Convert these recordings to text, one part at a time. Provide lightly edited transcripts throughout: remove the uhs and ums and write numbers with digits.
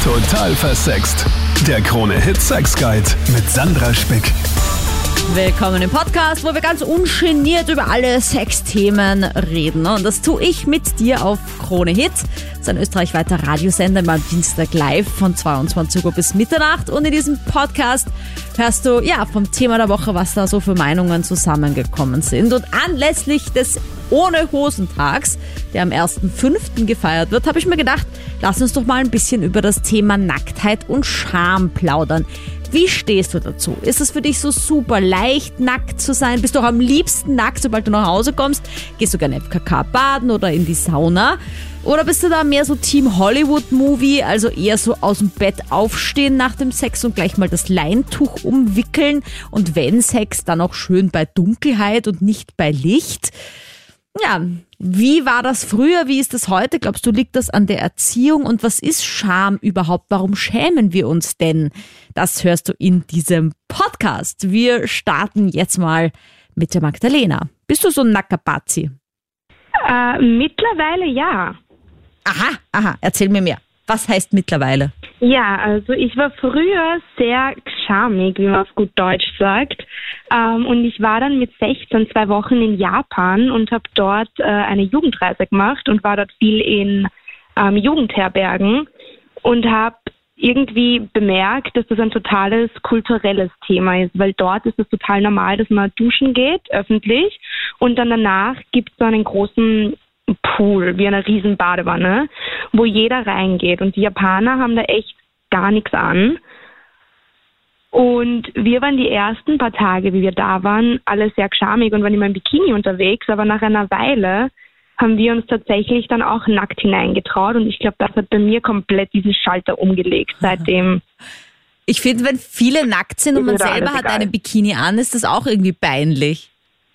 Total versext. Der Krone-Hit Sex Guide mit Sandra Spick. Willkommen im Podcast, wo wir ganz ungeniert über alle Sexthemen reden. Und das tue ich mit dir auf Krone Hit. Das ist ein österreichweiter Radiosender immer am Dienstag live von 22 Uhr bis Mitternacht. Und in diesem Podcast hörst du vom Thema der Woche, was da so für Meinungen zusammengekommen sind. Und anlässlich des Ohne-Hosen-Tags, der am 1.5. gefeiert wird, habe ich mir gedacht, lass uns doch mal ein bisschen über das Thema Nacktheit und Scham plaudern. Wie stehst du dazu? Ist es für dich so super leicht, nackt zu sein? Bist du auch am liebsten nackt, sobald du nach Hause kommst? Gehst du gerne FKK baden oder in die Sauna? Oder bist du da mehr so Team Hollywood-Movie, also eher so aus dem Bett aufstehen nach dem Sex und gleich mal das Leintuch umwickeln? Und wenn Sex, dann auch schön bei Dunkelheit und nicht bei Licht? Ja, wie war das früher? Wie ist das heute? Glaubst du, liegt das an der Erziehung? Und was ist Scham überhaupt? Warum schämen wir uns denn? Das hörst du in diesem Podcast. Wir starten jetzt mal mit der Magdalena. Bist du so ein Nackerpazi? Mittlerweile ja. Aha, erzähl mir mehr. Was heißt mittlerweile? Ja, also ich war früher sehr schamig, wie man auf gut Deutsch sagt. Und ich war dann mit 16 2 Wochen in Japan und habe dort eine Jugendreise gemacht und war dort viel in Jugendherbergen und habe irgendwie bemerkt, dass das ein totales kulturelles Thema ist, weil dort ist es total normal, dass man duschen geht, öffentlich, und dann danach gibt es so einen großen Pool, wie eine riesen Badewanne, wo jeder reingeht, und die Japaner haben da echt gar nichts an. Und wir waren die ersten paar Tage, wie wir da waren, alle sehr schamig und waren immer im Bikini unterwegs, aber nach einer Weile haben wir uns tatsächlich dann auch nackt hineingetraut, und ich glaube, das hat bei mir komplett diesen Schalter umgelegt seitdem. Ich finde, wenn viele nackt sind und man selber hat einen Bikini an, ist das auch irgendwie peinlich.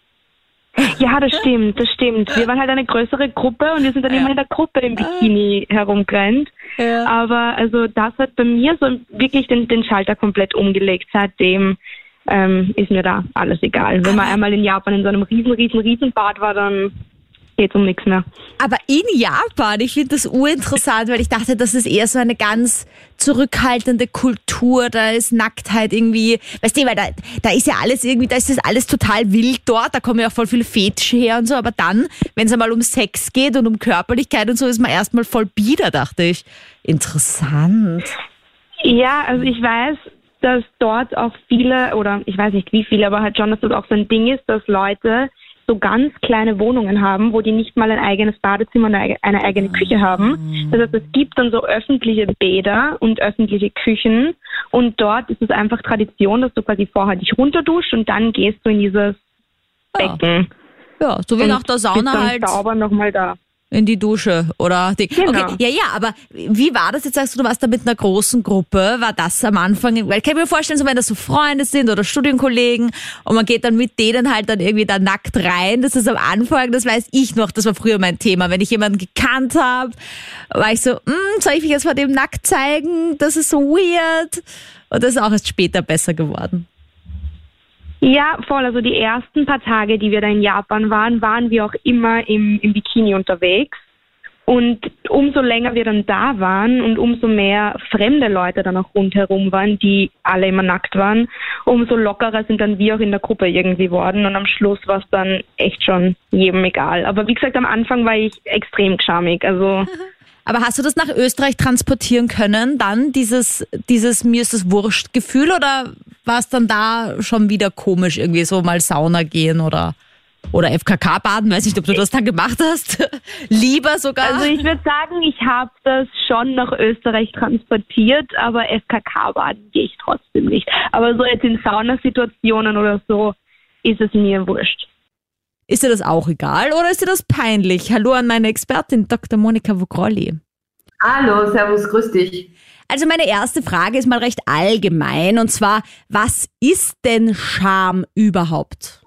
Ja, das stimmt. Wir waren halt eine größere Gruppe und wir sind dann immer in der Gruppe im Bikini herumgerannt. Ja. Aber also das hat bei mir so wirklich den Schalter komplett umgelegt. Seitdem ist mir da alles egal. Wenn man einmal in Japan in so einem riesen Bad war, dann geht es um nichts mehr. Aber in Japan, ich finde das urinteressant, weil ich dachte, das ist eher so eine ganz zurückhaltende Kultur, da ist Nacktheit irgendwie, weißt du, weil da ist ja alles irgendwie, da ist das alles total wild dort, da kommen ja auch voll viele Fetische her und so, aber dann, wenn es einmal um Sex geht und um Körperlichkeit und so, ist man erstmal voll bieder, dachte ich. Interessant. Ja, also ich weiß, dass dort auch viele, oder ich weiß nicht wie viele, aber halt schon, dass das auch so ein Ding ist, dass Leute so ganz kleine Wohnungen haben, wo die nicht mal ein eigenes Badezimmer und eine eigene Küche haben. Das heißt, es gibt dann so öffentliche Bäder und öffentliche Küchen, und dort ist es einfach Tradition, dass du quasi vorher dich runterduscht und dann gehst du in dieses Becken. Ja, so wie nach der Sauna dann halt. Sauber nochmal da. In die Dusche oder die. Genau. Okay, ja, aber wie war das jetzt? Sagst du warst da mit einer großen Gruppe? War das am Anfang? Weil ich kann mir vorstellen, so wenn das so Freunde sind oder Studienkollegen und man geht dann mit denen halt dann irgendwie da nackt rein. Das ist am Anfang, das weiß ich noch, das war früher mein Thema. Wenn ich jemanden gekannt habe, war ich so, soll ich mich jetzt vor dem nackt zeigen? Das ist so weird. Und das ist auch erst später besser geworden. Ja, voll. Also die ersten paar Tage, die wir da in Japan waren wir auch immer im Bikini unterwegs. Und umso länger wir dann da waren und umso mehr fremde Leute dann auch rundherum waren, die alle immer nackt waren, umso lockerer sind dann wir auch in der Gruppe irgendwie geworden. Und am Schluss war es dann echt schon jedem egal. Aber wie gesagt, am Anfang war ich extrem schamig. Also. Aber hast du das nach Österreich transportieren können, dann dieses mir ist das Wurscht-Gefühl, oder war es dann da schon wieder komisch, irgendwie so mal Sauna gehen oder FKK baden? Weiß nicht, ob du das dann gemacht hast. Lieber sogar. Also ich würde sagen, ich habe das schon nach Österreich transportiert, aber FKK baden gehe ich trotzdem nicht. Aber so jetzt in Saunasituationen oder so ist es mir wurscht. Ist dir das auch egal oder ist dir das peinlich? Hallo an meine Expertin Dr. Monika Vogrolli. Hallo, servus, grüß dich. Also meine erste Frage ist mal recht allgemein, und zwar, was ist denn Scham überhaupt?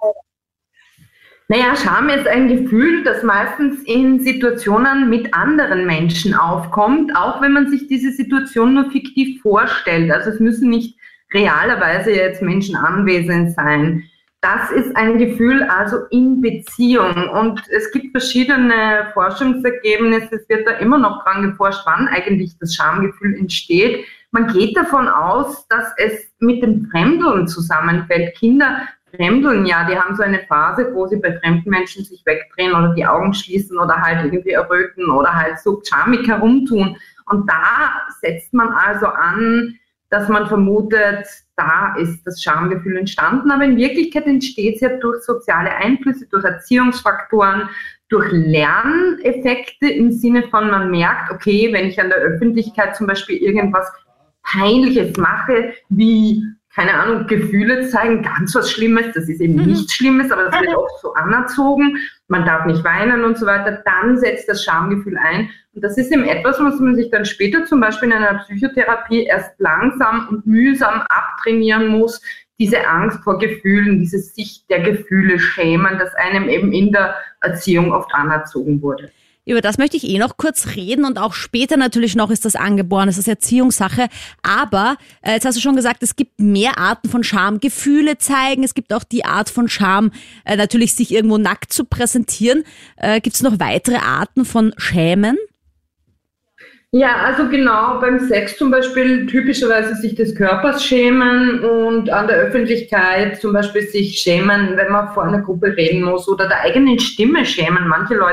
Naja, Scham ist ein Gefühl, das meistens in Situationen mit anderen Menschen aufkommt, auch wenn man sich diese Situation nur fiktiv vorstellt. Also es müssen nicht realerweise jetzt Menschen anwesend sein. Das ist ein Gefühl also in Beziehung. Und es gibt verschiedene Forschungsergebnisse, es wird da immer noch dran geforscht, wann eigentlich das Schamgefühl entsteht. Man geht davon aus, dass es mit dem Fremdeln zusammenfällt. Kinder fremdeln ja, die haben so eine Phase, wo sie bei fremden Menschen sich wegdrehen oder die Augen schließen oder halt irgendwie erröten oder halt so schamig herumtun. Und da setzt man also an, dass man vermutet, da ist das Schamgefühl entstanden. Aber in Wirklichkeit entsteht es ja durch soziale Einflüsse, durch Erziehungsfaktoren, durch Lerneffekte im Sinne von, man merkt, okay, wenn ich an der Öffentlichkeit zum Beispiel irgendwas Peinliches mache, wie, keine Ahnung, Gefühle zeigen, ganz was Schlimmes, das ist eben nichts Schlimmes, aber das wird oft so anerzogen, man darf nicht weinen und so weiter, dann setzt das Schamgefühl ein. Und das ist eben etwas, was man sich dann später zum Beispiel in einer Psychotherapie erst langsam und mühsam abtrainieren muss, diese Angst vor Gefühlen, diese Sicht der Gefühle, Schämen, das einem eben in der Erziehung oft anerzogen wurde. Über das möchte ich noch kurz reden und auch später natürlich noch ist das angeboren, das ist Erziehungssache. Aber jetzt hast du schon gesagt, es gibt mehr Arten von Scham. Gefühle zeigen, es gibt auch die Art von Scham, natürlich sich irgendwo nackt zu präsentieren. Gibt es noch weitere Arten von Schämen? Ja, also genau, beim Sex zum Beispiel typischerweise sich des Körpers schämen und an der Öffentlichkeit zum Beispiel sich schämen, wenn man vor einer Gruppe reden muss oder der eigenen Stimme schämen.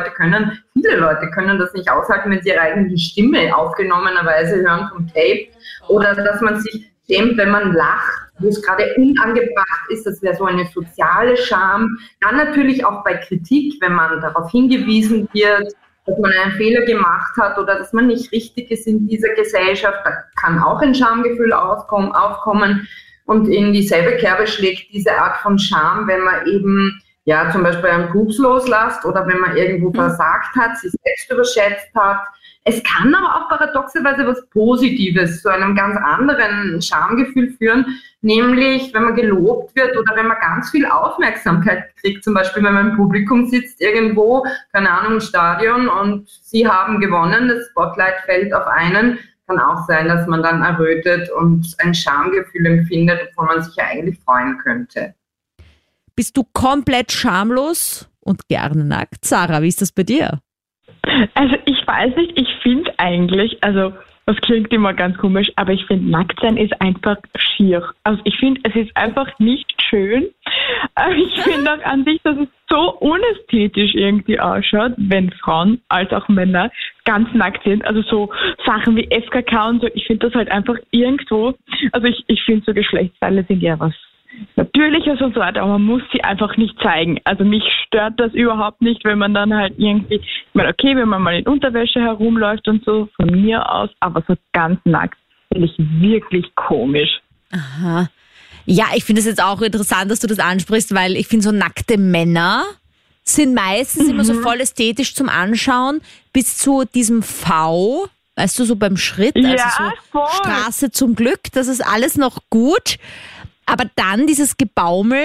Viele Leute können das nicht aushalten, wenn sie ihre eigene Stimme aufgenommenerweise hören vom Tape oder dass man sich schämt, wenn man lacht, wo es gerade unangebracht ist, das wäre so eine soziale Scham. Dann natürlich auch bei Kritik, wenn man darauf hingewiesen wird, dass man einen Fehler gemacht hat oder dass man nicht richtig ist in dieser Gesellschaft, da kann auch ein Schamgefühl aufkommen und in dieselbe Kerbe schlägt diese Art von Scham, wenn man eben ja zum Beispiel einen Pups loslässt oder wenn man irgendwo versagt hat, sich selbst überschätzt hat. Es kann aber auch paradoxerweise was Positives zu einem ganz anderen Schamgefühl führen, nämlich wenn man gelobt wird oder wenn man ganz viel Aufmerksamkeit kriegt, zum Beispiel wenn man im Publikum sitzt irgendwo, keine Ahnung, im Stadion und sie haben gewonnen, das Spotlight fällt auf einen, kann auch sein, dass man dann errötet und ein Schamgefühl empfindet, obwohl man sich ja eigentlich freuen könnte. Bist du komplett schamlos und gerne nackt? Sarah, wie ist das bei dir? Also ich weiß nicht, ich finde eigentlich, also das klingt immer ganz komisch, aber ich finde, Nacktsein ist einfach schier. Also ich finde, es ist einfach nicht schön. Aber ich finde auch an sich, dass es so unästhetisch irgendwie ausschaut, wenn Frauen als auch Männer ganz nackt sind. Also so Sachen wie FKK und so, ich finde das halt einfach irgendwo, also ich finde so Geschlechtsteile sind ja was Natürliches und so weiter, aber man muss sie einfach nicht zeigen. Also mich stört das überhaupt nicht, wenn man dann halt irgendwie, ich meine, okay, wenn man mal in Unterwäsche herumläuft und so, von mir aus, aber so ganz nackt finde ich wirklich komisch. Aha. Ja, ich finde es jetzt auch interessant, dass du das ansprichst, weil ich finde, so nackte Männer sind meistens immer so voll ästhetisch zum Anschauen, bis zu diesem V, weißt du, so beim Schritt, also ja, so voll. Straße zum Glück, das ist alles noch gut. Aber dann dieses Gebaumel.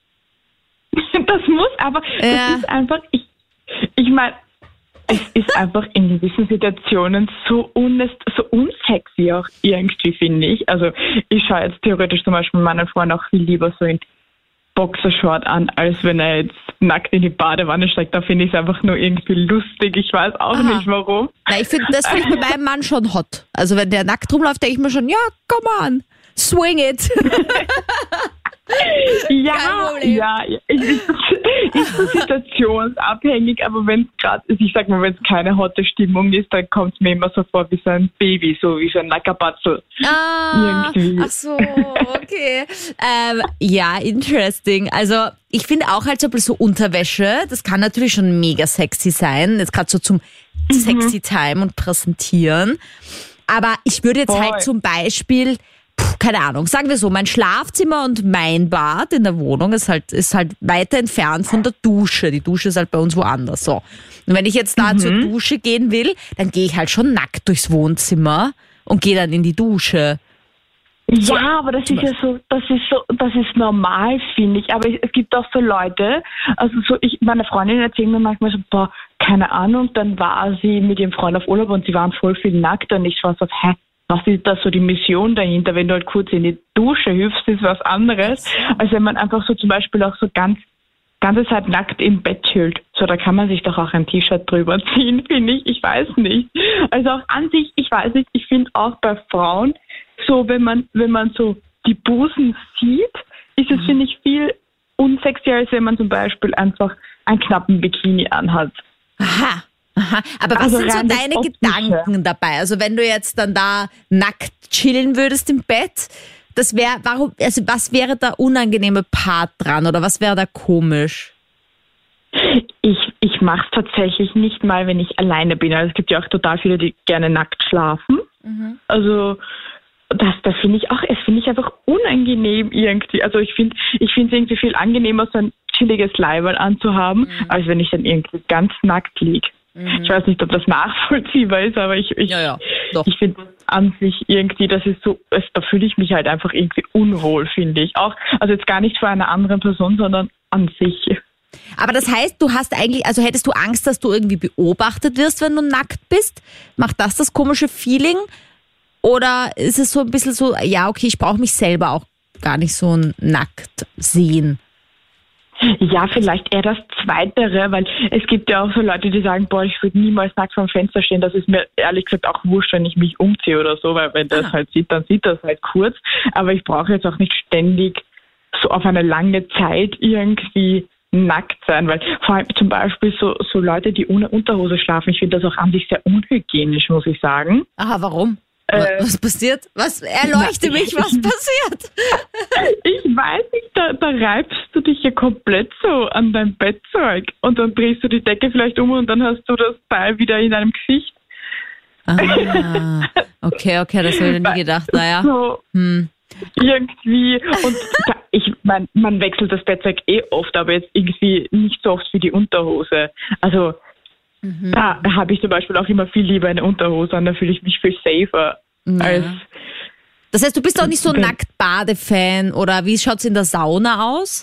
Das muss, aber das ist einfach, ich meine, es ist einfach in gewissen Situationen so unsexy auch irgendwie, finde ich. Also ich schaue jetzt theoretisch zum Beispiel meinen Freund auch viel lieber so in Boxershort an, als wenn er jetzt nackt in die Badewanne steigt. Da finde ich es einfach nur irgendwie lustig. Ich weiß auch nicht warum. Na, ich finde das bei meinem Mann schon hot. Also wenn der nackt rumläuft, denke ich mir schon, ja, come on. Swing it! Ja, ist so situationsabhängig, aber wenn es gerade ist, ich sag mal, wenn es keine hotte Stimmung ist, dann kommt es mir immer so vor wie so ein Baby, so wie so ein Nackerbatzel. Irgendwie. Ach so, okay. Ja, interesting. Also ich finde auch halt so Unterwäsche, das kann natürlich schon mega sexy sein, jetzt gerade so zum Sexy Time und Präsentieren. Aber ich würde jetzt halt zum Beispiel, keine Ahnung, sagen wir so, mein Schlafzimmer und mein Bad in der Wohnung ist halt weiter entfernt von der Dusche. Die Dusche ist halt bei uns woanders, so. Und wenn ich jetzt da zur Dusche gehen will, dann gehe ich halt schon nackt durchs Wohnzimmer und gehe dann in die Dusche. Ja, aber das ist ja so, das ist normal, finde ich. Aber es gibt auch so Leute, also so meine Freundin erzählt mir manchmal so, keine Ahnung, dann war sie mit ihrem Freund auf Urlaub und sie waren voll viel nackt und ich war so, was ist da so die Mission dahinter? Wenn du halt kurz in die Dusche hüpfst, ist was anderes, als wenn man einfach so zum Beispiel auch so ganze Zeit nackt im Bett chillt. So, da kann man sich doch auch ein T-Shirt drüber ziehen, finde ich. Ich weiß nicht. Also auch an sich, ich weiß nicht, ich finde auch bei Frauen, so wenn man so die Busen sieht, ist es, finde ich, viel unsexier, als wenn man zum Beispiel einfach einen knappen Bikini anhat. Aha. Aber was sind so deine Gedanken dabei? Also wenn du jetzt dann da nackt chillen würdest im Bett, was wäre der unangenehme Part dran oder was wäre da komisch? Ich mache es tatsächlich nicht mal, wenn ich alleine bin. Also es gibt ja auch total viele, die gerne nackt schlafen. Mhm. Also das finde ich einfach unangenehm irgendwie. Also ich finde es irgendwie viel angenehmer, so ein chilliges Leiberl anzuhaben, als wenn ich dann irgendwie ganz nackt liege. Mhm. Ich weiß nicht, ob das nachvollziehbar ist, aber ich finde an sich irgendwie, das ist so, da fühle ich mich halt einfach irgendwie unwohl, finde ich. Auch, also jetzt gar nicht vor einer anderen Person, sondern an sich. Aber das heißt, du hast eigentlich, also hättest du Angst, dass du irgendwie beobachtet wirst, wenn du nackt bist? Macht das komische Feeling? Oder ist es so ein bisschen so, ja, okay, ich brauche mich selber auch gar nicht so nackt sehen? Ja, vielleicht eher das Zweitere, weil es gibt ja auch so Leute, die sagen, boah, ich würde niemals nackt vorm Fenster stehen. Das ist mir ehrlich gesagt auch wurscht, wenn ich mich umziehe oder so, weil wenn das halt sieht, dann sieht das halt kurz. Aber ich brauche jetzt auch nicht ständig so auf eine lange Zeit irgendwie nackt sein, weil vor allem zum Beispiel so Leute, die ohne Unterhose schlafen, ich finde das auch an sich sehr unhygienisch, muss ich sagen. Aha, warum? Was passiert? Erleuchte mich, was passiert? Ich weiß nicht, da reibst du dich ja komplett so an dein Bettzeug und dann drehst du die Decke vielleicht um und dann hast du das Teil wieder in deinem Gesicht. Ah, okay, das hätte ich nie gedacht, naja. So, irgendwie, und man wechselt das Bettzeug oft, aber jetzt irgendwie nicht so oft wie die Unterhose. Also da habe ich zum Beispiel auch immer viel lieber eine Unterhose an, da fühle ich mich viel safer. Ja. Das heißt, du bist auch nicht so ein Nackt-Bade-Fan oder wie schaut es in der Sauna aus?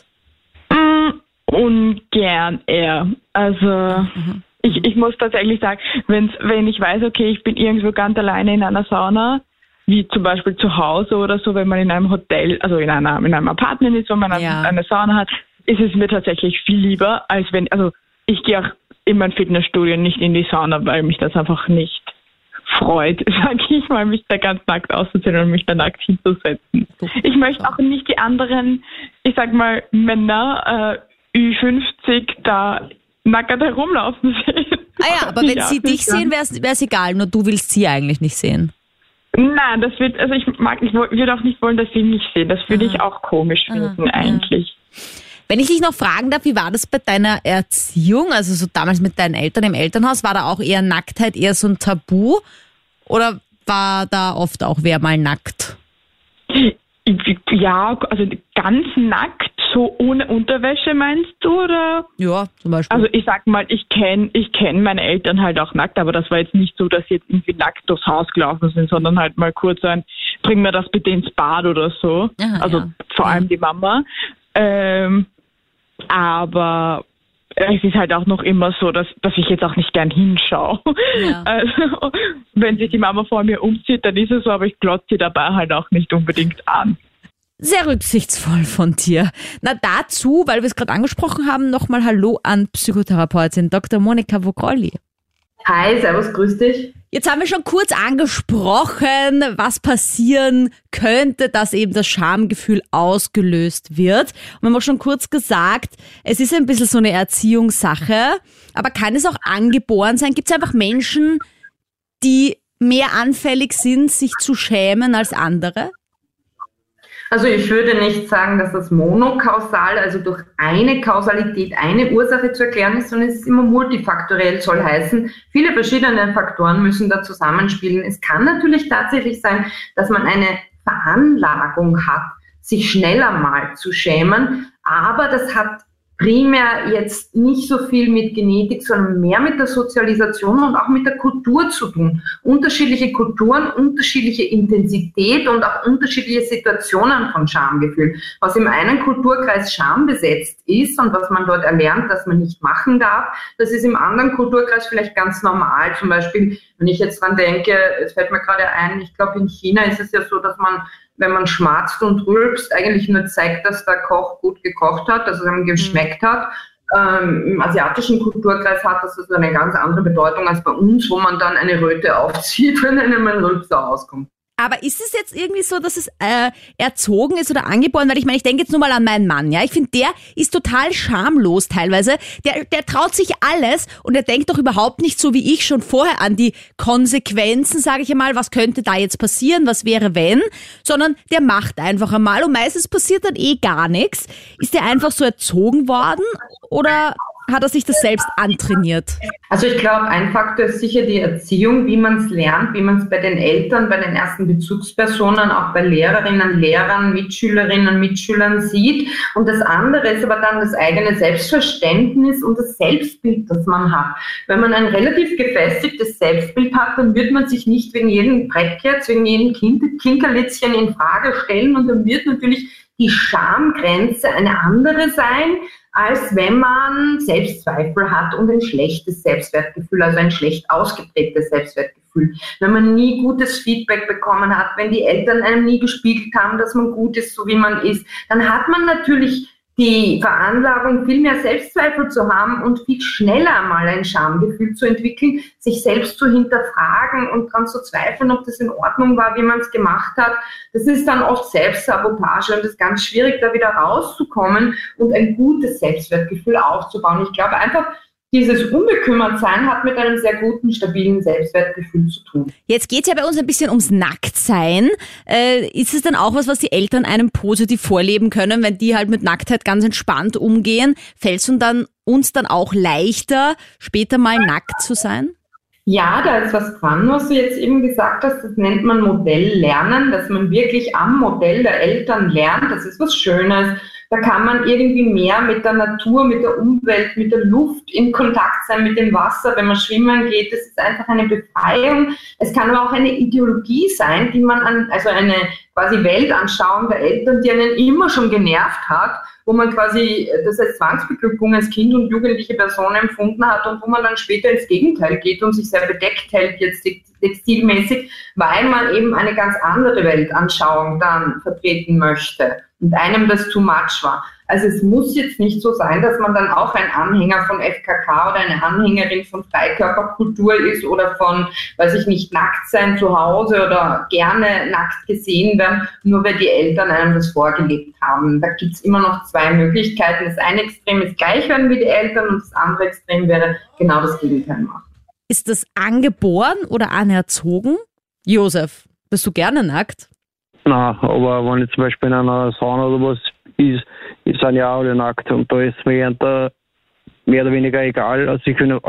Ungern eher. Also ich muss tatsächlich sagen, wenn ich weiß, okay, ich bin irgendwo ganz alleine in einer Sauna, wie zum Beispiel zu Hause oder so, wenn man in einem Hotel, also in einem Apartment ist, wo man eine Sauna hat, ist es mir tatsächlich viel lieber, als wenn, also ich gehe auch in mein Fitnessstudio nicht in die Sauna, weil mich das einfach nicht freut, sage ich mal, mich da ganz nackt auszuziehen und mich da nackt hinzusetzen. Ich möchte auch nicht die anderen, ich sag mal, Männer Ü50 da nackt herumlaufen sehen. Ah ja, aber wenn sie dich sehen, wäre es egal, nur du willst sie eigentlich nicht sehen. Nein, ich würde auch nicht wollen, dass sie mich sehen. Das würde ich auch komisch finden eigentlich. Wenn ich dich noch fragen darf, wie war das bei deiner Erziehung? Also so damals mit deinen Eltern im Elternhaus, war da auch eher Nacktheit eher so ein Tabu? Oder war da oft auch wer mal nackt? Ja, also ganz nackt, so ohne Unterwäsche meinst du, oder? Ja, zum Beispiel. Also ich sag mal, ich kenn meine Eltern halt auch nackt, aber das war jetzt nicht so, dass sie jetzt irgendwie nackt durchs Haus gelaufen sind, sondern halt mal kurz bring mir das bitte ins Bad oder so. Aha, also vor allem die Mama. Aber es ist halt auch noch immer so, dass ich jetzt auch nicht gern hinschaue. Ja. Also, wenn sich die Mama vor mir umzieht, dann ist es so, aber ich glotze sie dabei halt auch nicht unbedingt an. Sehr rücksichtsvoll von dir. Na dazu, weil wir es gerade angesprochen haben, nochmal Hallo an Psychotherapeutin Dr. Monika Vogrolli. Hi, servus, grüß dich. Jetzt haben wir schon kurz angesprochen, was passieren könnte, dass eben das Schamgefühl ausgelöst wird. Und wir haben auch schon kurz gesagt, es ist ein bisschen so eine Erziehungssache, aber kann es auch angeboren sein? Gibt es einfach Menschen, die mehr anfällig sind, sich zu schämen als andere? Also ich würde nicht sagen, dass das monokausal, also durch eine Kausalität, eine Ursache zu erklären ist, sondern es ist immer multifaktoriell, soll heißen, viele verschiedene Faktoren müssen da zusammenspielen. Es kann natürlich tatsächlich sein, dass man eine Veranlagung hat, sich schneller mal zu schämen, aber das hat primär jetzt nicht so viel mit Genetik, sondern mehr mit der Sozialisation und auch mit der Kultur zu tun. Unterschiedliche Kulturen, unterschiedliche Intensität und auch unterschiedliche Situationen von Schamgefühl. Was im einen Kulturkreis schambesetzt ist und was man dort erlernt, dass man nicht machen darf, das ist im anderen Kulturkreis vielleicht ganz normal. Zum Beispiel, wenn ich jetzt dran denke, es fällt mir gerade ein, ich glaube in China ist es ja so, dass man, wenn man schmatzt und rülpst, eigentlich nur zeigt, dass der Koch gut gekocht hat, dass es ihm geschmeckt hat. Im asiatischen Kulturkreis hat das also eine ganz andere Bedeutung als bei uns, wo man dann eine Röte aufzieht, wenn einem ein Rülpser auskommt. Aber ist es jetzt irgendwie so, dass es erzogen ist oder angeboren? Weil ich meine, ich denke jetzt nur mal an meinen Mann, ja. Ich finde, der ist total schamlos teilweise. Der traut sich alles und er denkt doch überhaupt nicht so wie ich schon vorher an die Konsequenzen, sage ich einmal, was könnte da jetzt passieren, was wäre wenn, sondern der macht einfach einmal und meistens passiert dann gar nichts. Ist der einfach so erzogen worden oder hat er sich das selbst antrainiert? Also ich glaube, ein Faktor ist sicher die Erziehung, wie man es lernt, wie man es bei den Eltern, bei den ersten Bezugspersonen, auch bei Lehrerinnen, Lehrern, Mitschülerinnen, Mitschülern sieht. Und das andere ist aber dann das eigene Selbstverständnis und das Selbstbild, das man hat. Wenn man ein relativ gefestigtes Selbstbild hat, dann wird man sich nicht wegen jedem Dreckkerz, wegen jedem Kinkerlitzchen in Frage stellen und dann wird natürlich die Schamgrenze eine andere sein, als wenn man Selbstzweifel hat und ein schlechtes Selbstwertgefühl, also ein schlecht ausgeprägtes Selbstwertgefühl. Wenn man nie gutes Feedback bekommen hat, wenn die Eltern einem nie gespiegelt haben, dass man gut ist, so wie man ist, dann hat man natürlich die Veranlagung, viel mehr Selbstzweifel zu haben und viel schneller mal ein Schamgefühl zu entwickeln, sich selbst zu hinterfragen und dran zu zweifeln, ob das in Ordnung war, wie man es gemacht hat. Das ist dann oft Selbstsabotage und es ist ganz schwierig, da wieder rauszukommen und ein gutes Selbstwertgefühl aufzubauen. Ich glaube einfach, dieses Unbekümmertsein hat mit einem sehr guten, stabilen Selbstwertgefühl zu tun. Jetzt geht's ja bei uns ein bisschen ums Nacktsein. Ist es dann auch was die Eltern einem positiv vorleben können, wenn die halt mit Nacktheit ganz entspannt umgehen? Fällt es uns dann auch leichter, später mal nackt zu sein? Ja, da ist was dran, was du jetzt eben gesagt hast. Das nennt man Modelllernen, dass man wirklich am Modell der Eltern lernt. Das ist was Schönes. Da kann man irgendwie mehr mit der Natur, mit der Umwelt, mit der Luft in Kontakt sein, mit dem Wasser, wenn man schwimmen geht. Das ist einfach eine Befreiung. Es kann aber auch eine Ideologie sein, die man also eine quasi Weltanschauung der Eltern, die einen immer schon genervt hat, wo man quasi das als Zwangsbeglückung als Kind und jugendliche Person empfunden hat und wo man dann später ins Gegenteil geht und sich sehr bedeckt hält, jetzt textilmäßig, weil man eben eine ganz andere Weltanschauung dann vertreten möchte und einem das too much war. Also es muss jetzt nicht so sein, dass man dann auch ein Anhänger von FKK oder eine Anhängerin von Freikörperkultur ist oder von, weiß ich nicht, Nacktsein zu Hause oder gerne nackt gesehen werden, nur weil die Eltern einem das vorgelebt haben. Da gibt es immer noch zwei Möglichkeiten. Das eine Extrem ist gleich werden wie die Eltern und das andere Extrem wäre genau das Gegenteil machen. Ist das angeboren oder anerzogen? Josef, bist du gerne nackt? Nein, aber wenn ich zum Beispiel in einer Sauna oder was ist, sind ja alle nackt und da ist mir mehr oder weniger egal, als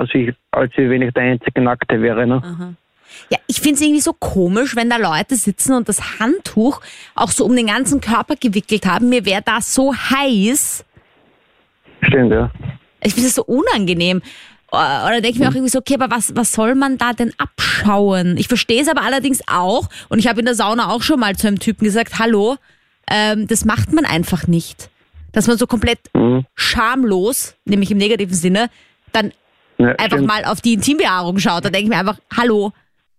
wenn ich der einzige Nackte wäre. Ne? Aha. Ja, ich finde es irgendwie so komisch, wenn da Leute sitzen und das Handtuch auch so um den ganzen Körper gewickelt haben. Mir wäre das so heiß. Stimmt, ja. Ich finde das so unangenehm. Oder denke ich mir auch irgendwie so, okay, aber was soll man da denn abschauen? Ich verstehe es aber allerdings auch und ich habe in der Sauna auch schon mal zu einem Typen gesagt, hallo, das macht man einfach nicht. Dass man so komplett schamlos, nämlich im negativen Sinne, dann einfach mal auf die Intimbehaarung schaut. Da denke ich mir einfach, hallo,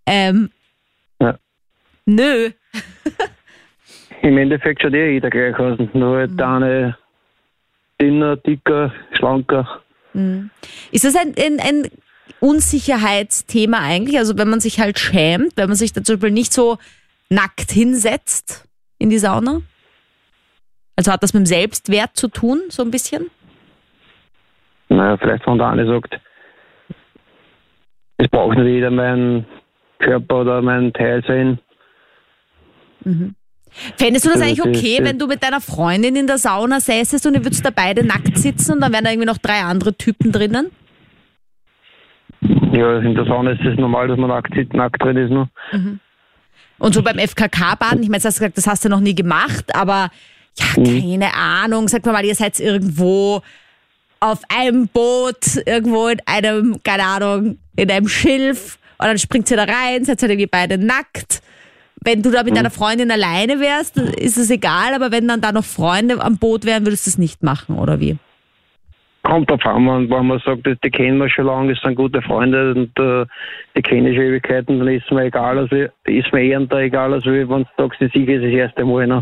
nö. Im Endeffekt schaut jeder gleich aus. Nur halt eine dünner, dicker, schlanker. Ist das ein Unsicherheitsthema eigentlich? Also wenn man sich halt schämt, wenn man sich da zum Beispiel nicht so nackt hinsetzt in die Sauna? Also hat das mit dem Selbstwert zu tun, so ein bisschen? Naja, vielleicht wenn der eine sagt, es braucht nicht jeder meinen Körper oder meinen Teil sein. Fändest du das eigentlich okay, wenn du mit deiner Freundin in der Sauna säßest und ihr würdest da beide nackt sitzen und dann wären da irgendwie noch 3 andere Typen drinnen? Ja, in der Sauna ist es normal, dass man nackt drin ist. Ne? Und so beim FKK-Baden, ich meine, du hast gesagt, das hast du noch nie gemacht, aber ja, keine Ahnung, sag mal, ihr seid irgendwo auf einem Boot irgendwo in einem, keine Ahnung, in einem Schilf und dann springt sie da rein, seid ihr irgendwie beide nackt. Wenn du da mit deiner Freundin alleine wärst, ist es egal, aber wenn dann da noch Freunde am Boot wären, würdest du es nicht machen, oder wie? Kommt drauf an, wenn man sagt, die kennen wir schon lange, das sind gute Freunde und die kennen schon Ewigkeiten, dann ist mir egal, also ist mir eher da egal, als wenn du sagst, die Siege ist das erste Mal. Ne?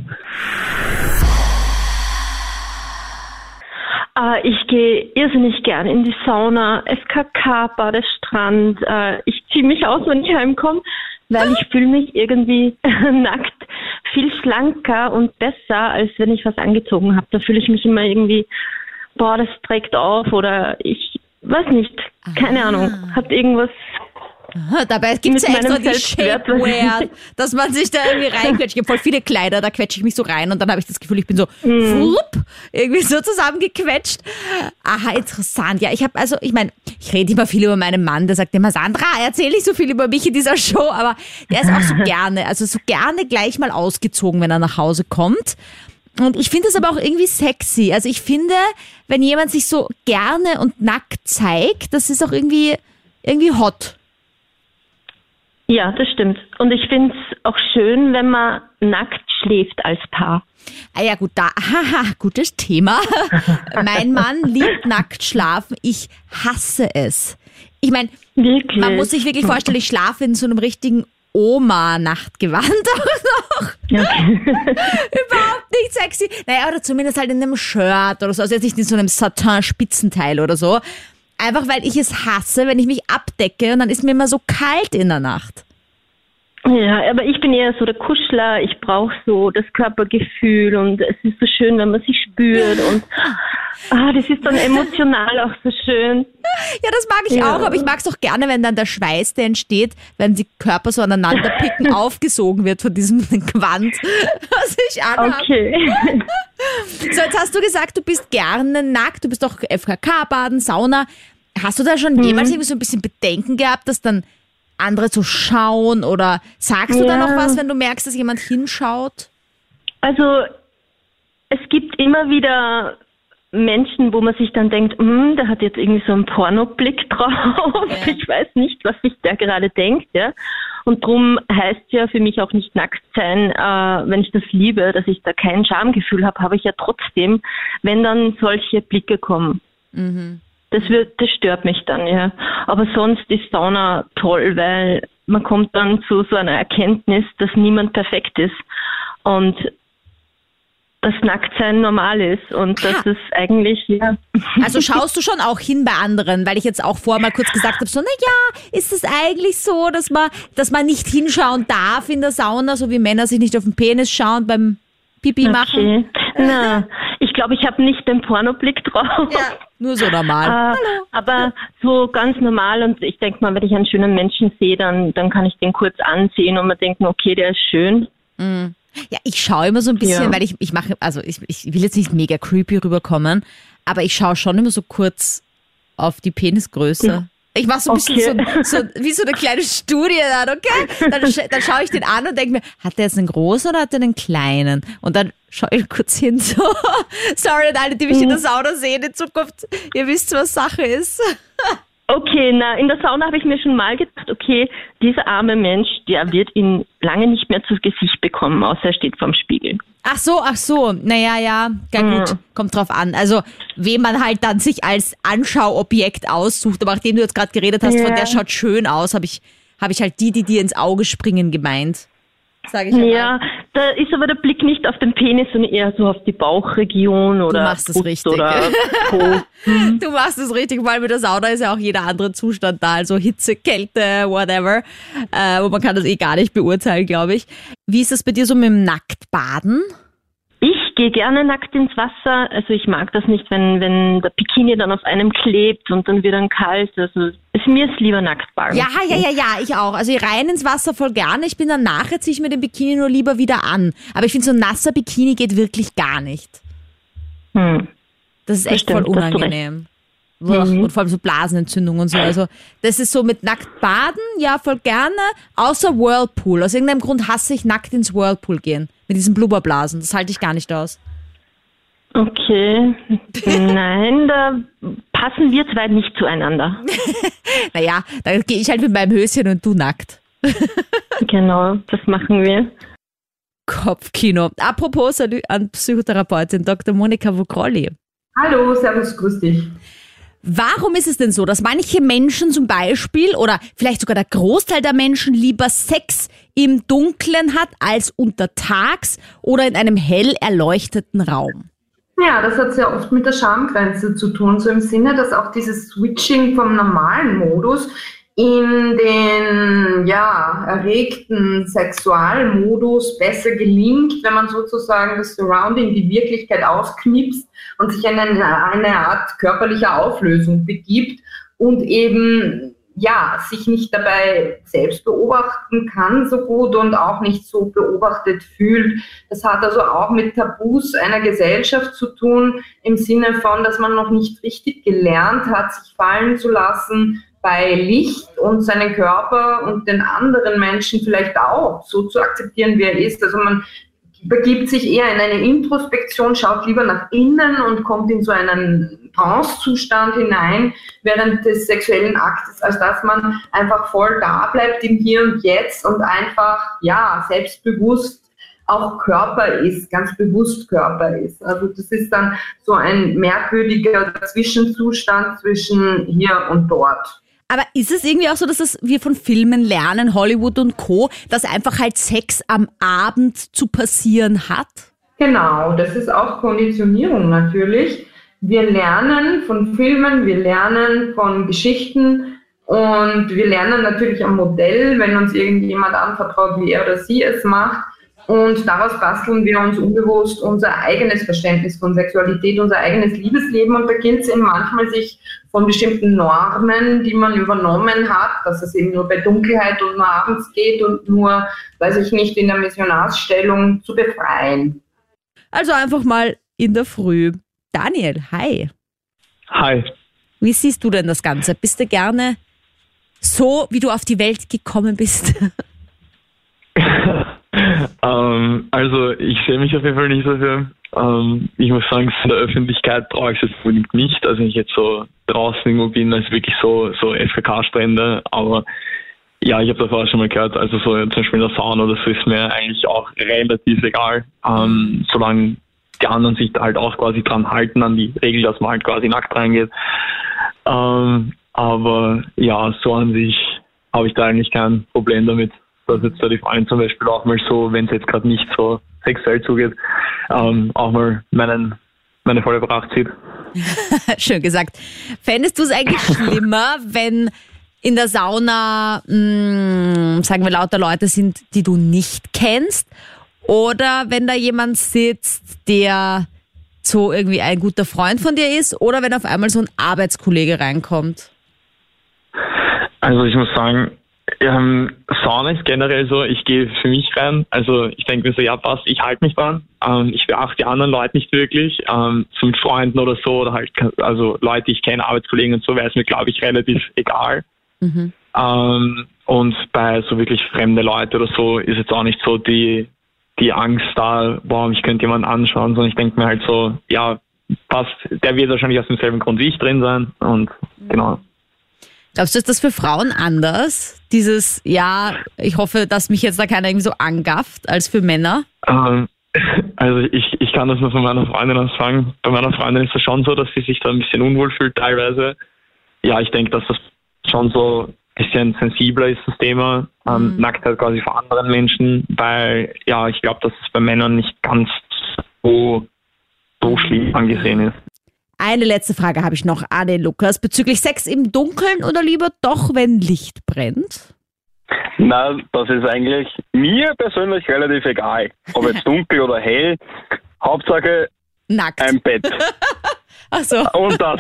Ich gehe irrsinnig gern in die Sauna, FKK, Badestrand. Ich ziehe mich aus, wenn ich heimkomme, weil ich fühle mich irgendwie nackt viel schlanker und besser, als wenn ich was angezogen habe. Da fühle ich mich immer irgendwie, das trägt auf oder ich weiß nicht, keine Ahnung, hat irgendwas. Dabei gibt es ja extra die Shapewear, dass man sich da irgendwie reinquetscht. Ich habe voll viele Kleider, da quetsche ich mich so rein und dann habe ich das Gefühl, ich bin so irgendwie so zusammengequetscht. Aha, interessant. Ja, ich rede immer viel über meinen Mann, der sagt immer, Sandra, erzähl nicht so viel über mich in dieser Show, aber der ist auch so gerne gleich mal ausgezogen, wenn er nach Hause kommt. Und ich finde das aber auch irgendwie sexy. Also ich finde, wenn jemand sich so gerne und nackt zeigt, das ist auch irgendwie hot. Ja, das stimmt. Und ich finde es auch schön, wenn man nackt schläft als Paar. Ah ja, gut, gutes Thema. Mein Mann liebt nackt schlafen. Ich hasse es. Ich meine, man muss sich wirklich vorstellen, ich schlafe in so einem richtigen Oma-Nachtgewand auch noch. Okay. Überhaupt nicht sexy. Naja, oder zumindest halt in einem Shirt oder so. Also jetzt nicht in so einem Satin-Spitzenteil oder so. Einfach weil ich es hasse, wenn ich mich abdecke und dann ist mir immer so kalt in der Nacht. Ja, aber ich bin eher so der Kuschler. Ich brauche so das Körpergefühl und es ist so schön, wenn man sich spürt und das ist dann emotional auch so schön. Ja, das mag ich auch, aber ich mag es auch gerne, wenn dann der Schweiß, der entsteht, wenn die Körper so aneinander picken, aufgesogen wird von diesem Gewand, was ich anhabe. Okay. So, jetzt hast du gesagt, du bist gerne nackt, du bist doch FKK-Baden, Sauna. Hast du da schon jemals irgendwie so ein bisschen Bedenken gehabt, dass dann andere so schauen oder sagst du da noch was, wenn du merkst, dass jemand hinschaut? Also, es gibt immer wieder Menschen, wo man sich dann denkt, der hat jetzt irgendwie so einen Pornoblick drauf. Ja. Ich weiß nicht, was sich der gerade denkt, ja. Und darum heißt ja für mich auch nicht nackt sein, wenn ich das liebe, dass ich da kein Schamgefühl habe ich ja trotzdem, wenn dann solche Blicke kommen. Mhm. Das stört mich dann, ja. Aber sonst ist Sauna toll, weil man kommt dann zu so einer Erkenntnis, dass niemand perfekt ist und dass Nacktsein normal ist und das ist eigentlich, ja. Also schaust du schon auch hin bei anderen, weil ich jetzt auch vorher mal kurz gesagt habe, so, ist es eigentlich so, dass man nicht hinschauen darf in der Sauna, so wie Männer sich nicht auf den Penis schauen beim Pipi machen? Na, ich glaube, ich habe nicht den Pornoblick drauf. Ja, nur so normal. Aber so ganz normal und ich denke mal, wenn ich einen schönen Menschen sehe, dann kann ich den kurz ansehen und mir denken, okay, der ist schön. Mhm. Ja, ich schaue immer so ein bisschen, weil ich mache, also ich will jetzt nicht mega creepy rüberkommen, aber ich schaue schon immer so kurz auf die Penisgröße. Ja. Ich mache so ein bisschen so wie so eine kleine Studie dann, okay? Dann schaue ich den an und denke mir, hat der jetzt einen großen oder hat der einen kleinen? Und dann schaue ich kurz hin, so, sorry an alle, die mich in der Sauna sehen in Zukunft, ihr wisst, was Sache ist. Okay, in der Sauna habe ich mir schon mal gedacht, okay, dieser arme Mensch, der wird ihn lange nicht mehr zu Gesicht bekommen, außer er steht vorm Spiegel. Ach so. Naja, ja, gut, kommt drauf an. Also, wen man halt dann sich als Anschauobjekt aussucht, aber nachdem du jetzt gerade geredet hast, von der schaut schön aus, habe ich halt die dir ins Auge springen gemeint. Sag ich ja, da ist aber der Blick nicht auf den Penis, sondern eher so auf die Bauchregion oder du machst es richtig. Oder Po. Du machst es richtig, weil mit der Sauna ist ja auch jeder andere Zustand da, also Hitze, Kälte, whatever. Und man kann das gar nicht beurteilen, glaube ich. Wie ist das bei dir so mit dem Nacktbaden? Ich gehe gerne nackt ins Wasser. Also ich mag das nicht, wenn der Bikini dann auf einem klebt und dann wird dann kalt. Also mir ist lieber nackt baden. Ja, ich auch. Also rein ins Wasser voll gerne. Ich bin dann nachher, ziehe ich mir den Bikini nur lieber wieder an. Aber ich finde, so ein nasser Bikini geht wirklich gar nicht. Das ist echt voll unangenehm. Und vor allem so Blasenentzündung und so. Also das ist so mit nackt baden, ja, voll gerne. Außer Whirlpool. Aus irgendeinem Grund hasse ich nackt ins Whirlpool gehen. Mit diesen Blubberblasen. Das halte ich gar nicht aus. Okay, nein, da passen wir zwei nicht zueinander. Naja, dann gehe ich halt mit meinem Höschen und du nackt. Genau, das machen wir. Kopfkino. Apropos, salut an Psychotherapeutin Dr. Monika Vogrolli. Hallo, servus, grüß dich. Warum ist es denn so, dass manche Menschen zum Beispiel oder vielleicht sogar der Großteil der Menschen lieber Sex im Dunkeln hat als untertags oder in einem hell erleuchteten Raum? Ja, das hat sehr oft mit der Schamgrenze zu tun, so im Sinne, dass auch dieses Switching vom normalen Modus in den erregten Sexualmodus besser gelingt, wenn man sozusagen das Surrounding, die Wirklichkeit ausknipst und sich in eine Art körperlicher Auflösung begibt und eben sich nicht dabei selbst beobachten kann so gut und auch nicht so beobachtet fühlt. Das hat also auch mit Tabus einer Gesellschaft zu tun, im Sinne von, dass man noch nicht richtig gelernt hat, sich fallen zu lassen bei Licht und seinen Körper und den anderen Menschen vielleicht auch so zu akzeptieren, wie er ist. Also man begibt sich eher in eine Introspektion, schaut lieber nach innen und kommt in so einen Trance-Zustand hinein während des sexuellen Aktes, als dass man einfach voll da bleibt im Hier und Jetzt und einfach, selbstbewusst auch Körper ist, ganz bewusst Körper ist. Also das ist dann so ein merkwürdiger Zwischenzustand zwischen hier und dort. Aber ist es irgendwie auch so, dass wir von Filmen lernen, Hollywood und Co., dass einfach halt Sex am Abend zu passieren hat? Genau, das ist auch Konditionierung natürlich. Wir lernen von Filmen, wir lernen von Geschichten und wir lernen natürlich am Modell, wenn uns irgendjemand anvertraut, wie er oder sie es macht. Und daraus basteln wir uns unbewusst unser eigenes Verständnis von Sexualität, unser eigenes Liebesleben. Und da gilt es eben manchmal, sich von bestimmten Normen, die man übernommen hat, dass es eben nur bei Dunkelheit und nur abends geht und nur, weiß ich nicht, in der Missionarsstellung zu befreien. Also einfach mal in der Früh. Daniel, hi. Hi. Wie siehst du denn das Ganze? Bist du gerne so, wie du auf die Welt gekommen bist? Also ich sehe mich auf jeden Fall nicht dafür. Ich muss sagen, in der Öffentlichkeit brauche ich es jetzt unbedingt nicht. Also wenn ich jetzt so draußen irgendwo bin, also wirklich so FKK-Strände. Aber ja, ich habe davor schon mal gehört, also so zum Beispiel in der Sauna oder so ist mir eigentlich auch relativ egal. Solange die anderen sich halt auch quasi dran halten, an die Regel, dass man halt quasi nackt reingeht. Aber ja, so an sich habe ich da eigentlich kein Problem damit. Dass jetzt da die Freundin zum Beispiel auch mal so, wenn es jetzt gerade nicht so sexuell zugeht, auch mal meine volle Pracht zieht. Schön gesagt. Fändest du es eigentlich schlimmer, wenn in der Sauna, sagen wir, lauter Leute sind, die du nicht kennst? Oder wenn da jemand sitzt, der so irgendwie ein guter Freund von dir ist? Oder wenn auf einmal so ein Arbeitskollege reinkommt? Also ich muss sagen, Sauna ist generell so, ich gehe für mich rein, also ich denke mir so, ja passt, ich halte mich dran, ich beachte die anderen Leute nicht wirklich, so mit Freunden oder so, oder halt, also Leute, die ich kenne, Arbeitskollegen und so, wäre es mir, glaube ich, relativ egal. Mhm. Und bei so wirklich fremde Leute oder so ist jetzt auch nicht so die Angst da, boah, ich könnte jemanden anschauen, sondern ich denke mir halt so, ja, passt, der wird wahrscheinlich aus demselben Grund wie ich drin sein und genau. Glaubst du, ist das für Frauen anders? Dieses, ja, ich hoffe, dass mich jetzt da keiner irgendwie so angafft, als für Männer? Also ich kann das nur von meiner Freundin aus sagen. Bei meiner Freundin ist es schon so, dass sie sich da ein bisschen unwohl fühlt teilweise. Ja, ich denke, dass das schon so ein bisschen sensibler ist, das Thema. Nacktheit quasi vor anderen Menschen, weil, ja, ich glaube, dass es bei Männern nicht ganz so schlimm angesehen ist. Eine letzte Frage habe ich noch an den Lukas. Bezüglich Sex im Dunkeln oder lieber doch, wenn Licht brennt? Na, das ist eigentlich mir persönlich relativ egal. Ob jetzt dunkel oder hell. Hauptsache nackt. Ein Bett. Ach so. Und das.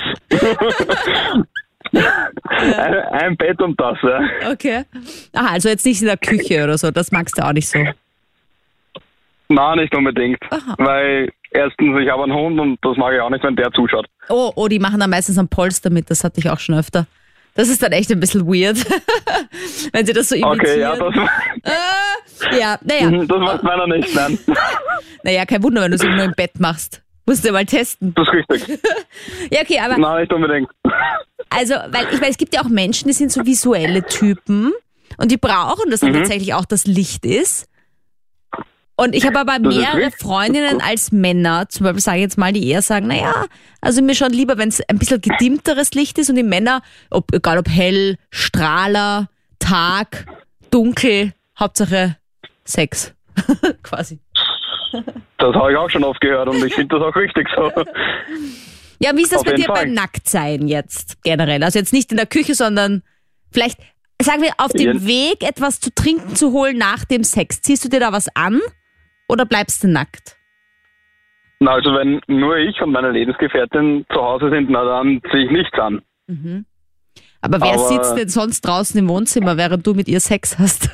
Ein Bett und das, ja. Okay. Aha, also jetzt nicht in der Küche oder so. Das magst du auch nicht so. Nein, nicht unbedingt. Aha. Weil erstens, ich habe einen Hund und das mag ich auch nicht, wenn der zuschaut. Oh, die machen dann meistens ein Polster mit, das hatte ich auch schon öfter. Das ist dann echt ein bisschen weird, wenn sie das so imitieren. Okay, ja, ja, naja. Das macht meiner nicht, nein. Naja, kein Wunder, wenn du es nur im Bett machst. Musst du mal testen. Das ist richtig. Ja, okay, aber... Nein, nicht unbedingt. Also, weil ich weiß, es gibt ja auch Menschen, die sind so visuelle Typen und die brauchen das dann tatsächlich auch, dass Licht ist. Und ich habe aber mehrere Freundinnen als Männer, zum Beispiel sage ich jetzt mal, die eher sagen, naja, also mir schon lieber, wenn es ein bisschen gedimmteres Licht ist und die Männer, egal ob hell, Strahler, Tag, dunkel, Hauptsache Sex, quasi. Das habe ich auch schon oft gehört und ich finde das auch richtig so. Ja, wie ist das Auf bei jeden dir Fall. beim Nacktsein jetzt generell? Also jetzt nicht in der Küche, sondern vielleicht, sagen wir, auf dem Weg etwas zu trinken zu holen nach dem Sex. Ziehst du dir da was an oder bleibst du nackt? Na, also wenn nur ich und meine Lebensgefährtin zu Hause sind, na dann ziehe ich nichts an. Aber wer sitzt denn sonst draußen im Wohnzimmer, während du mit ihr Sex hast?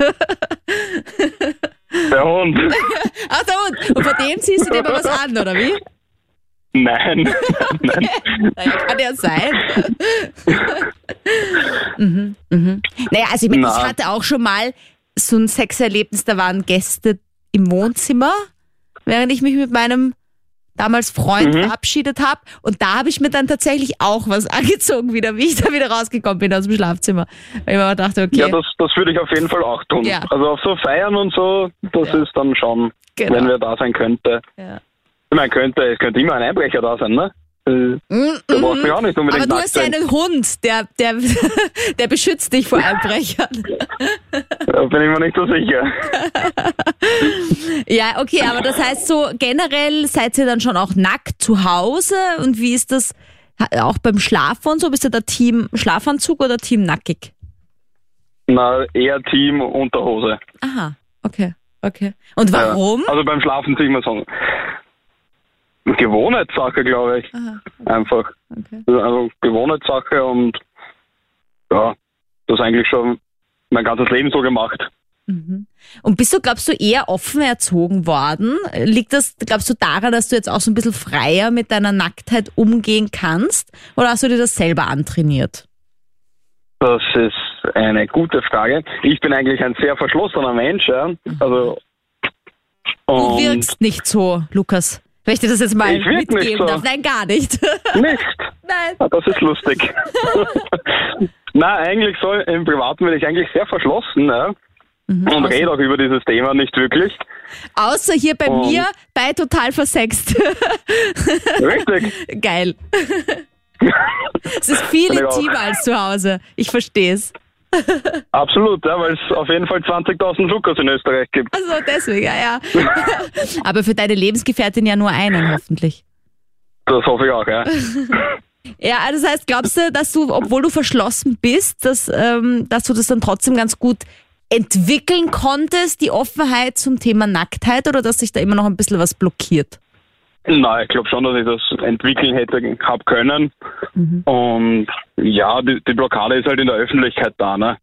Der Hund. Ach, der Hund. Und vor dem ziehst du dir mal was an, oder wie? Nein. Nein. Naja, kann ja sein. Naja, also ich meine, ich hatte auch schon mal so ein Sexerlebnis, da waren Gäste im Wohnzimmer, während ich mich mit meinem damals Freund verabschiedet habe. Und da habe ich mir dann tatsächlich auch was angezogen, wieder, wie ich da wieder rausgekommen bin aus dem Schlafzimmer. Weil ich mir dachte, okay. Ja, das würde ich auf jeden Fall auch tun. Ja. Also auf so Feiern und so, das ist dann schon, wenn wer da sein könnte. Ja. Ich meine, es könnte immer ein Einbrecher da sein, ne? Da brauchst du auch nicht unbedingt Aber du hast ja einen Hund, der beschützt dich vor Einbrechern. Da bin ich mir nicht so sicher. Ja, okay, aber das heißt so, generell seid ihr dann schon auch nackt zu Hause und wie ist das auch beim Schlafen und so? Bist du da Team Schlafanzug oder Team nackig? Na, eher Team Unterhose. Aha, okay. Und warum? Ja, also beim Schlafen ziehe ich mir so Gewohnheitssache, glaube ich. Aha, Einfach. Okay. Also Gewohnheitssache und ja, das eigentlich schon mein ganzes Leben so gemacht. Und bist du, glaubst du, eher offen erzogen worden? Liegt das, glaubst du, daran, dass du jetzt auch so ein bisschen freier mit deiner Nacktheit umgehen kannst? Oder hast du dir das selber antrainiert? Das ist eine gute Frage. Ich bin eigentlich ein sehr verschlossener Mensch. Ja. Also, Du wirkst nicht so, Lukas. Wenn ich dir das jetzt mal Ich wirk nicht mitgeben so. darf. Nein, gar nicht. Nicht? Nein. Ah, das ist lustig. Nein, eigentlich so, im Privaten bin ich eigentlich sehr verschlossen. Ja. Und rede auch über dieses Thema nicht wirklich. Außer hier bei mir bei Total Versext. Richtig. Geil. Es ist viel intimer als zu Hause. Ich verstehe es. Absolut, ja, weil es auf jeden Fall 20.000 Lukas in Österreich gibt. Also deswegen, ja. Aber für deine Lebensgefährtin ja nur einen, hoffentlich. Das hoffe ich auch, ja. Ja, also das heißt, glaubst du, dass du, obwohl du verschlossen bist, dass du das dann trotzdem ganz gut entwickeln konntest, die Offenheit zum Thema Nacktheit, oder dass sich da immer noch ein bisschen was blockiert? Nein, ich glaube schon, dass ich das entwickeln hätte haben können. Und ja, die Blockade ist halt in der Öffentlichkeit da, ne?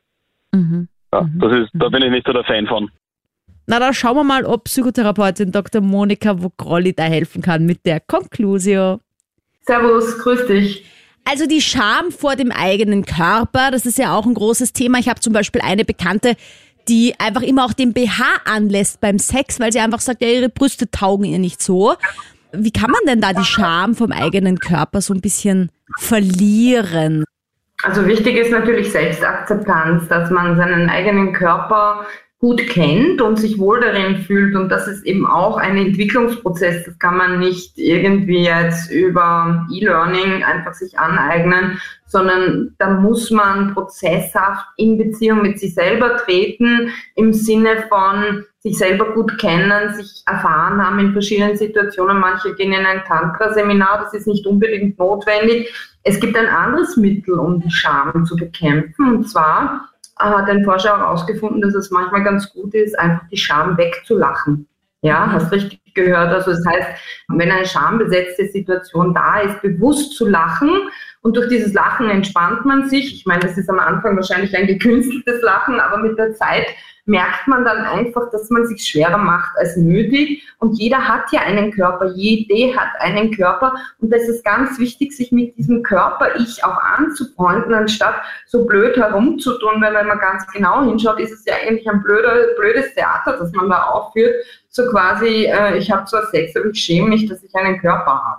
Ja, da bin ich nicht so der Fan von. Na, dann schauen wir mal, ob Psychotherapeutin Dr. Monika Vogrolli da helfen kann mit der Conclusio. Servus, grüß dich. Also die Scham vor dem eigenen Körper, das ist ja auch ein großes Thema. Ich habe zum Beispiel eine Bekannte, die einfach immer auch den BH anlässt beim Sex, weil sie einfach sagt, ja, ihre Brüste taugen ihr nicht so. Wie kann man denn da die Scham vom eigenen Körper so ein bisschen verlieren? Also wichtig ist natürlich Selbstakzeptanz, dass man seinen eigenen Körper gut kennt und sich wohl darin fühlt. Und das ist eben auch ein Entwicklungsprozess. Das kann man nicht irgendwie jetzt über E-Learning einfach sich aneignen, sondern da muss man prozesshaft in Beziehung mit sich selber treten, im Sinne von sich selber gut kennen, sich erfahren haben in verschiedenen Situationen. Manche gehen in ein Tantra-Seminar, das ist nicht unbedingt notwendig. Es gibt ein anderes Mittel, um die Scham zu bekämpfen, und zwar hat ein Forscher herausgefunden, dass es manchmal ganz gut ist, einfach die Scham wegzulachen. Ja, hast richtig gehört. Also das heißt, wenn eine schambesetzte Situation da ist, bewusst zu lachen, und durch dieses Lachen entspannt man sich. Ich meine, das ist am Anfang wahrscheinlich ein gekünsteltes Lachen, aber mit der Zeit merkt man dann einfach, dass man sich schwerer macht als nötig. Und jeder hat ja einen Körper, jede hat einen Körper. Und das ist ganz wichtig, sich mit diesem Körper-Ich auch anzufreunden, anstatt so blöd herumzutun. Weil wenn man ganz genau hinschaut, ist es ja eigentlich ein blödes Theater, das man da aufführt. So quasi, ich habe zwar Sex, aber ich schäme mich, dass ich einen Körper habe.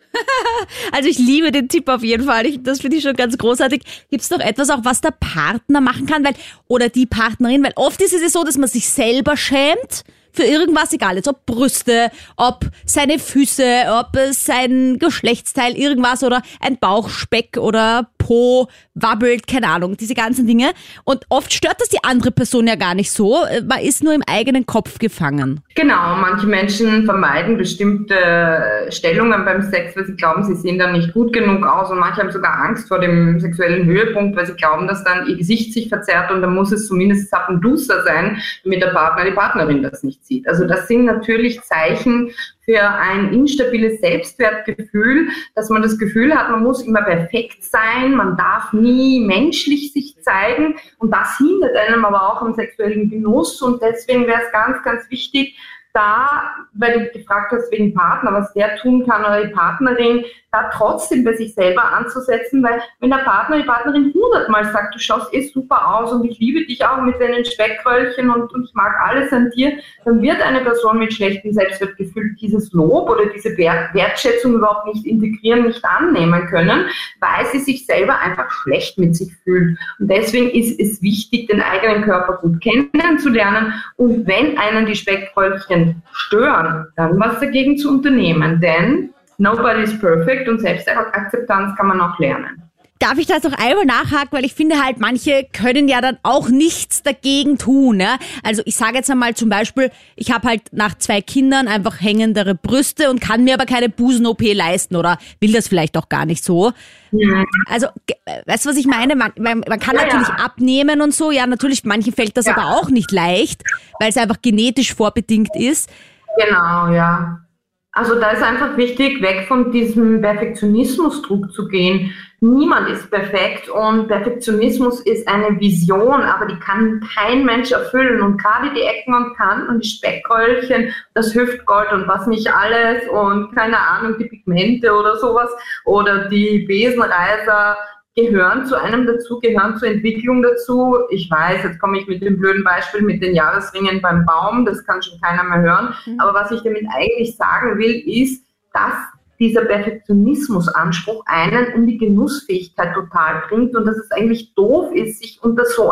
Also ich liebe den Tipp auf jeden Fall. Das finde ich schon ganz großartig. Gibt es noch etwas auch, was der Partner machen kann? Oder die Partnerin? Weil oft ist es ja so, dass man sich selber schämt für irgendwas, egal jetzt, ob Brüste, ob seine Füße, ob sein Geschlechtsteil, irgendwas oder ein Bauchspeck oder Po wabbelt, keine Ahnung, diese ganzen Dinge. Und oft stört das die andere Person ja gar nicht so. Man ist nur im eigenen Kopf gefangen. Genau, manche Menschen vermeiden bestimmte Stellungen beim Sex, weil sie glauben, sie sehen dann nicht gut genug aus, und manche haben sogar Angst vor dem sexuellen Höhepunkt, weil sie glauben, dass dann ihr Gesicht sich verzerrt, und dann muss es zumindest zappenduster sein, damit der Partner, die Partnerin das nicht sieht. Also das sind natürlich Zeichen für ein instabiles Selbstwertgefühl, dass man das Gefühl hat, man muss immer perfekt sein, man darf nie menschlich sich zeigen, und das hindert einem aber auch am sexuellen Genuss. Und deswegen wäre es ganz, ganz wichtig, da, weil du gefragt hast wegen Partner, was der tun kann oder die Partnerin, da trotzdem bei sich selber anzusetzen, weil wenn der Partner, die Partnerin 100-mal sagt, du schaust super aus und ich liebe dich auch mit deinen Speckröllchen und ich mag alles an dir, dann wird eine Person mit schlechtem Selbstwertgefühl dieses Lob oder diese Wertschätzung überhaupt nicht integrieren, nicht annehmen können, weil sie sich selber einfach schlecht mit sich fühlt. Und deswegen ist es wichtig, den eigenen Körper gut kennenzulernen, und wenn einen die Speckröllchen stören, dann was dagegen zu unternehmen, denn nobody is perfect, und Selbstakzeptanz kann man auch lernen. Darf ich das noch einmal nachhaken, weil ich finde halt, manche können ja dann auch nichts dagegen tun. Ja? Also ich sage jetzt einmal zum Beispiel, ich habe halt nach 2 Kindern einfach hängendere Brüste und kann mir aber keine Busen-OP leisten oder will das vielleicht auch gar nicht so. Ja. Also weißt du, was ich meine? Man kann natürlich abnehmen und so. Ja, natürlich, manchen fällt das aber auch nicht leicht, weil es einfach genetisch vorbedingt ist. Genau, ja. Also da ist einfach wichtig, weg von diesem Perfektionismusdruck zu gehen. Niemand ist perfekt, und Perfektionismus ist eine Vision, aber die kann kein Mensch erfüllen. Und gerade die Ecken und Kanten und die Speckröllchen, das Hüftgold und was nicht alles und keine Ahnung, die Pigmente oder sowas oder die Besenreißer gehören zu einem dazu, gehören zur Entwicklung dazu. Ich weiß, jetzt komme ich mit dem blöden Beispiel mit den Jahresringen beim Baum, das kann schon keiner mehr hören. Aber was ich damit eigentlich sagen will, ist, dass dieser Perfektionismusanspruch einen in die Genussfähigkeit total bringt, und dass es eigentlich doof ist, sich unter so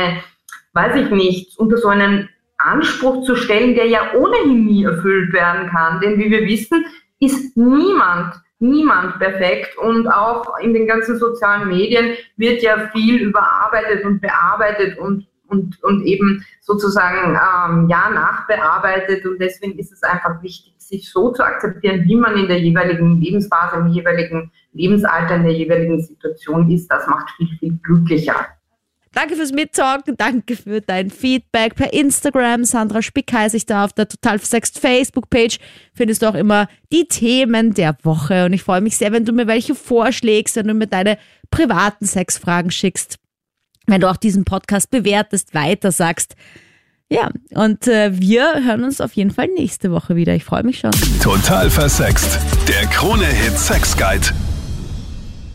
unter so einen Anspruch zu stellen, der ja ohnehin nie erfüllt werden kann. Denn wie wir wissen, ist niemand perfekt, und auch in den ganzen sozialen Medien wird ja viel überarbeitet und bearbeitet und eben sozusagen nachbearbeitet, und deswegen ist es einfach wichtig, sich so zu akzeptieren, wie man in der jeweiligen Lebensphase, im jeweiligen Lebensalter, in der jeweiligen Situation ist. Das macht viel, viel glücklicher. Danke fürs Mittalken, danke für dein Feedback per Instagram. Sandra Spick heiße ich da. Auf der Total Versext Facebook-Page findest du auch immer die Themen der Woche. Und ich freue mich sehr, wenn du mir welche vorschlägst, wenn du mir deine privaten Sexfragen schickst, wenn du auch diesen Podcast bewertest, weiter sagst. Ja, und wir hören uns auf jeden Fall nächste Woche wieder. Ich freue mich schon. Total Versext. Der Krone-Hit Sex Guide.